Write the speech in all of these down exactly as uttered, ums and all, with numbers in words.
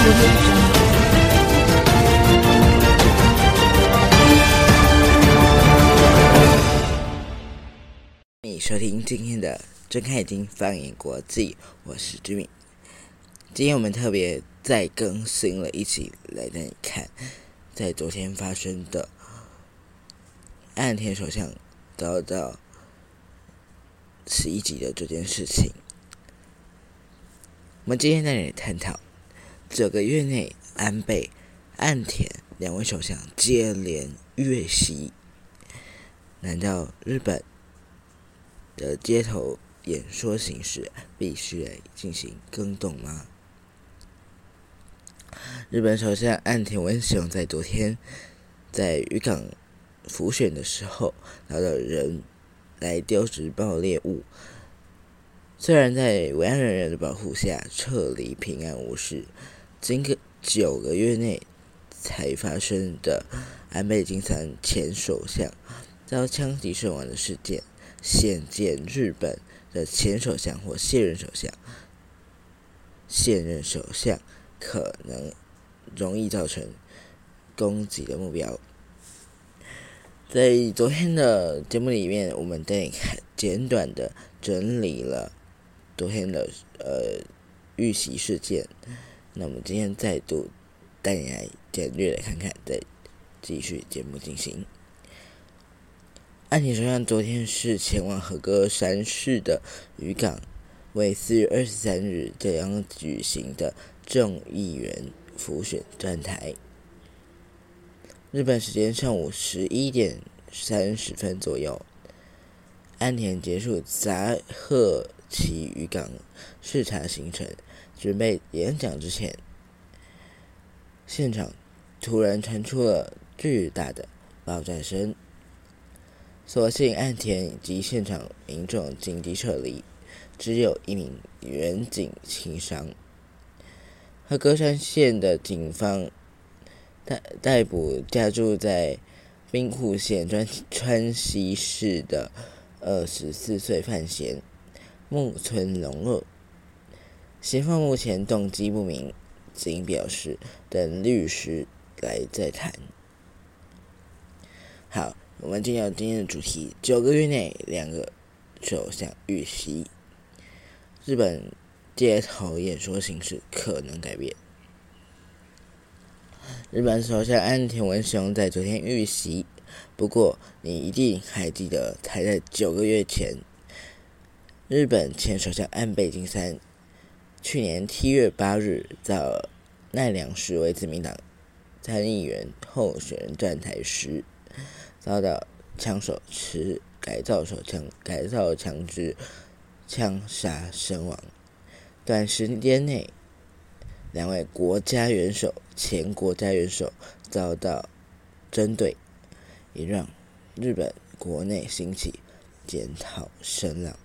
欢迎收听今天的睁开眼睛放眼国际，我是志敏。今天我们特别再更新了一集来带你看，在昨天发生的岸田首相遭到十一级的这件事情。我们今天带你探讨这个月内安倍、岸田两位首相接连越席，难道日本的街头演说形式必须来进行更动吗？日本首相岸田文雄在昨天在渔港浮选的时候，遭到人来丢掷爆裂物，虽然在维安人员的保护下撤离平安无事，经过九个月内才发生的安倍晋三前首相遭枪击身亡的事件，显见日本的前首相或现任首相现任首相可能容易造成攻击的目标。在昨天的节目里面，我们带你看简短的整理了昨天的呃遇袭事件。那我们今天再度带你来简略的看看，再继续节目进行。岸田首相昨天是前往和歌山市的渔港，为四月二十三日将举行的众议员辅选站台。日本时间上午十一点三十分左右，岸田结束杂贺崎渔港视察行程，准备演讲之前，现场突然传出了巨大的爆炸声。所幸岸田以及现场民众紧急撤离，只有一名员警轻伤。和歌山县的警方逮捕家住在兵库县川西市的二十四岁犯嫌木村隆二。嫌犯目前动机不明，仅表示等律师来再谈。好，我们进入今天的主题：九个月内两个首相遇袭，日本街头演说形式可能改变。日本首相岸田文雄在昨天遇袭，不过你一定还记得，才在九个月前，日本前首相安倍晋三去年七月八日在奈良市为自民党参议员候选人站台时，遭到枪手持改造手枪改造枪支枪杀身亡。短时间内，两位国家元首前国家元首遭到针对，也让日本国内兴起检讨声浪。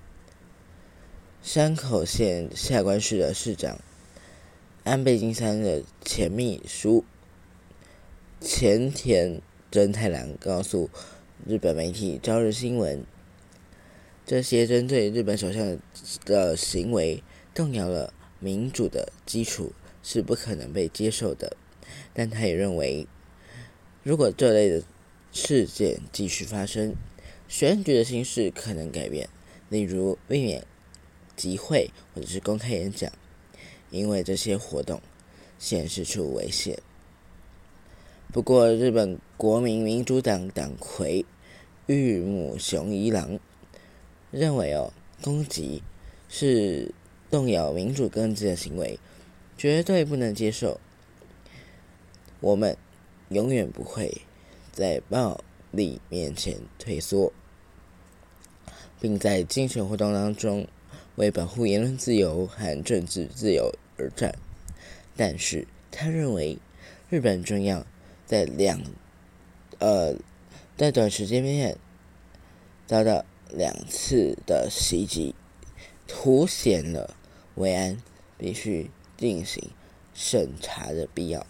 山口县下关市的市长安倍晋三的前秘书前田真太郎告诉日本媒体朝日新闻，这些针对日本首相的行为动摇了民主的基础，是不可能被接受的。但他也认为，如果这类的事件继续发生，选举的形式可能改变，例如避免集会或者是公开演讲，因为这些活动显示出危险。不过，日本国民民主党党魁玉木雄一郎认为哦，攻击是动摇民主根基的行为，绝对不能接受。我们永远不会在暴力面前退缩，并在竞选活动当中为保护言论自由和政治自由而战。但是，他认为日本政要在两呃在短时间内遭到两次的袭击，凸显了维安必须进行审查的必要。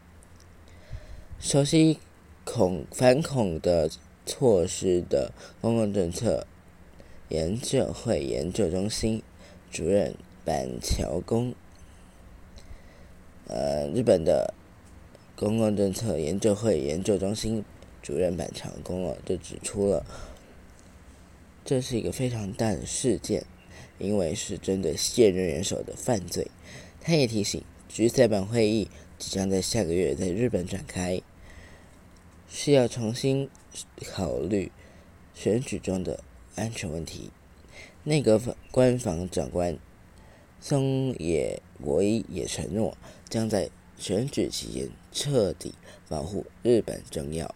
熟悉恐反恐的措施的公共政策研究会研究中心主任板桥公呃日本的公共政策研究会研究中心主任板长公哦就指出了，这是一个非常大的事件，因为是针对现任元首的犯罪。他也提醒，G 七版会议即将在下个月在日本展开，是要重新考虑选举中的安全问题。内阁官房长官松野博一也承诺，将在选举期间彻底保护日本政要。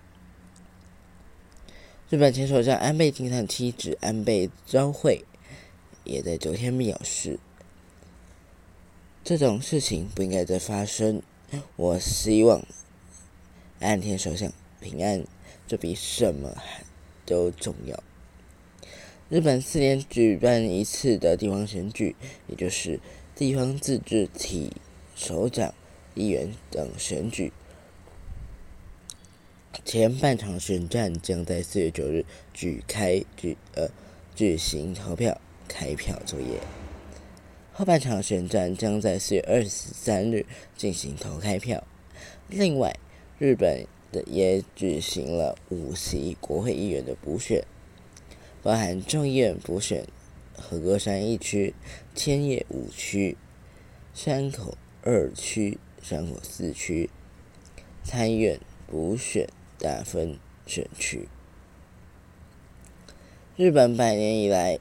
日本前首相安倍晋三妻子安倍昭惠也在昨天表示，这种事情不应该再发生，我希望岸田首相平安，这比什么都重要。日本四年举办一次的地方选举，也就是地方自治体首长、议员等选举，前半场选战将在四月九日举开举呃举行投票开票作业，后半场选战将在四月二十三日进行投开票。另外，日本的也举行了五席国会议员的补选，包含众议院补选和歌山一区、千叶五区、山口二区、山口四区，参议院补选大分选区。日本百年以来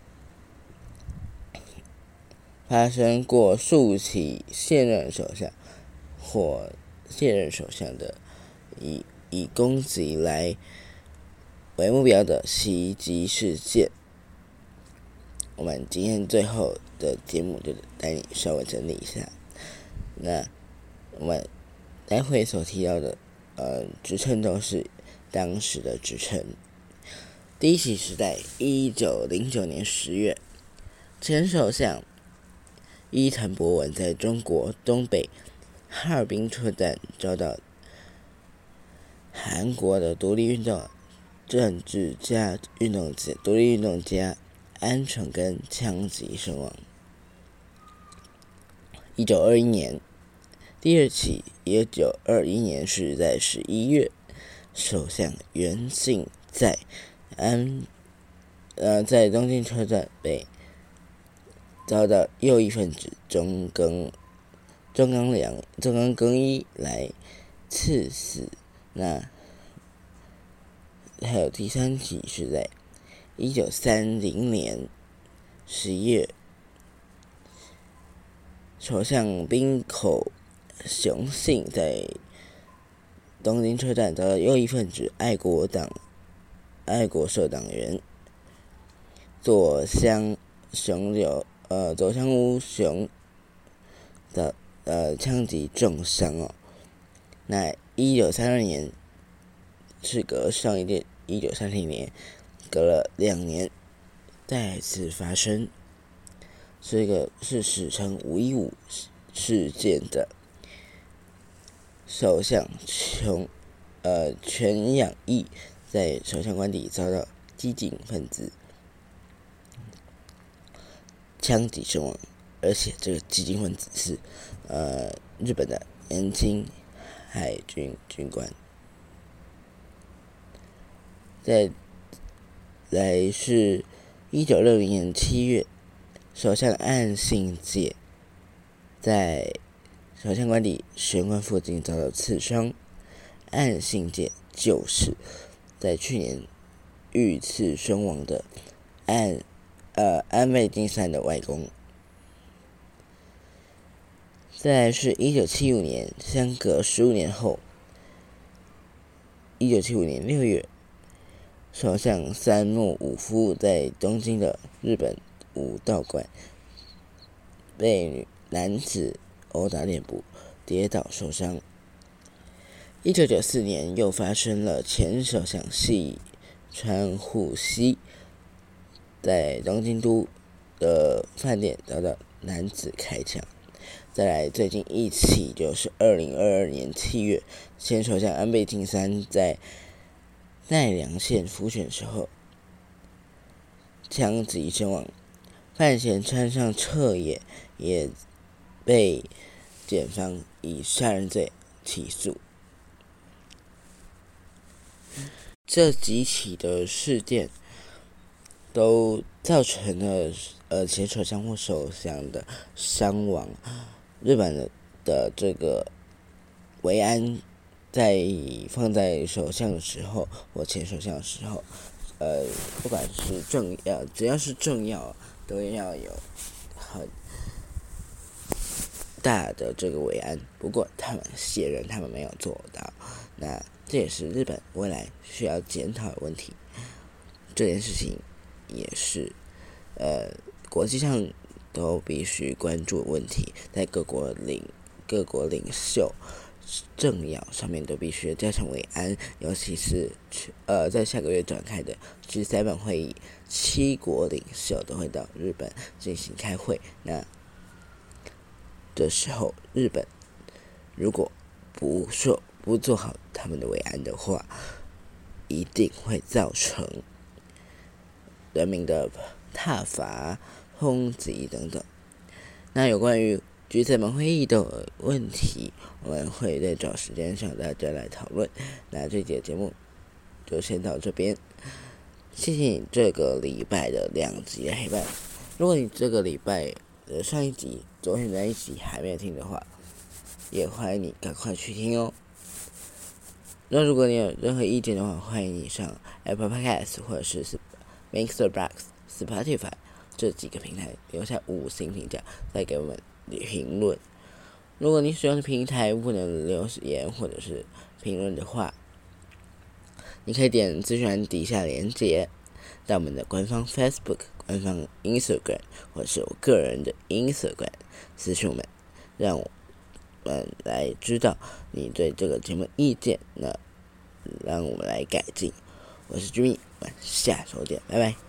发生过数起现任首相或现任首相的以以攻击来为目标的袭击事件。我们今天最后的节目就带你稍微整理一下。那我们待会所提到的呃职称都是当时的职称。第一起是在一九零九年十月，前首相伊藤博文在中国东北哈尔滨车站遭到韩国的独立运动政治家运动家独立运动家安重根枪击身亡。一九二一年，第二起一九二一年是在十一月，首相原敬在安呃在东京车站被遭到右翼分子中更中冈良中冈更一来刺死。那还有第三起是在一九三零年十一月，首相滨口雄信在东京车站遭到右翼分子爱国党爱国社党员佐乡雄有呃佐乡屋雄的呃枪击重伤哦。那一九三二年是隔上一届一九三零年，隔了两年再次发生，这个是史称五一五事件的首相全呃全养义在首相官邸遭到激进分子枪击身亡，而且这个激进分子是呃日本的年轻海军军官。再来是一九六零年七月，首相岸信介在首相官邸玄关附近遭到刺伤。岸信介就是在去年遇刺身亡的岸呃安倍晋三的外公。再来是一九七五年，相隔十五年后，一九七五年六月，首相三木武夫在东京的日本武道馆被女男子殴打脸部，跌倒受伤。一九九四年又发生了前首相细川护熙在东京都的饭店遭到男子开枪。再来最近一起就是二零二二年七月，前首相安倍晋三在奈良县辅选时候枪击身亡，饭前穿上彻夜也被检方以杀人罪起诉。这几起的事件都造成了呃前首相或首相的伤亡。日本的的这个维安在放在首相的时候或前首相的时候，呃，不管是政要，只要是政要，都要有很大的这个维安。不过他们显然他们没有做到，那这也是日本未来需要检讨的问题。这件事情也是呃国际上都必须关注的问题，在各国领各国领袖政要上面都必须加强维安，尤其是呃在下个月展开的 G 七 会议，七国领袖都会到日本进行开会。那的时候，日本如果不说不做好他们的维安的话，一定会造成人民的挞伐、抨击等等。那有关于 G 七 会议的问题，我们会再找时间向大家来讨论。那这节节目就先到这边，谢谢你这个礼拜的两集的陪伴。如果你这个礼拜的上一集、昨天的那一集还没有听的话，也欢迎你赶快去听哦。那如果你有任何意见的话，欢迎你上 Apple Podcast 或者是 Mixerbox、Spotify 这几个平台留下五星评价，再给我们评论。如果你使用的平台不能留言或者是评论的话，你可以点资讯栏底下连结到我们的官方 Facebook、官方 Instagram 或者是我个人的 Instagram 私讯我们，让我们来知道你对这个节目意见，那让我们来改进。我是 Jimmy， 我们下周见，拜拜。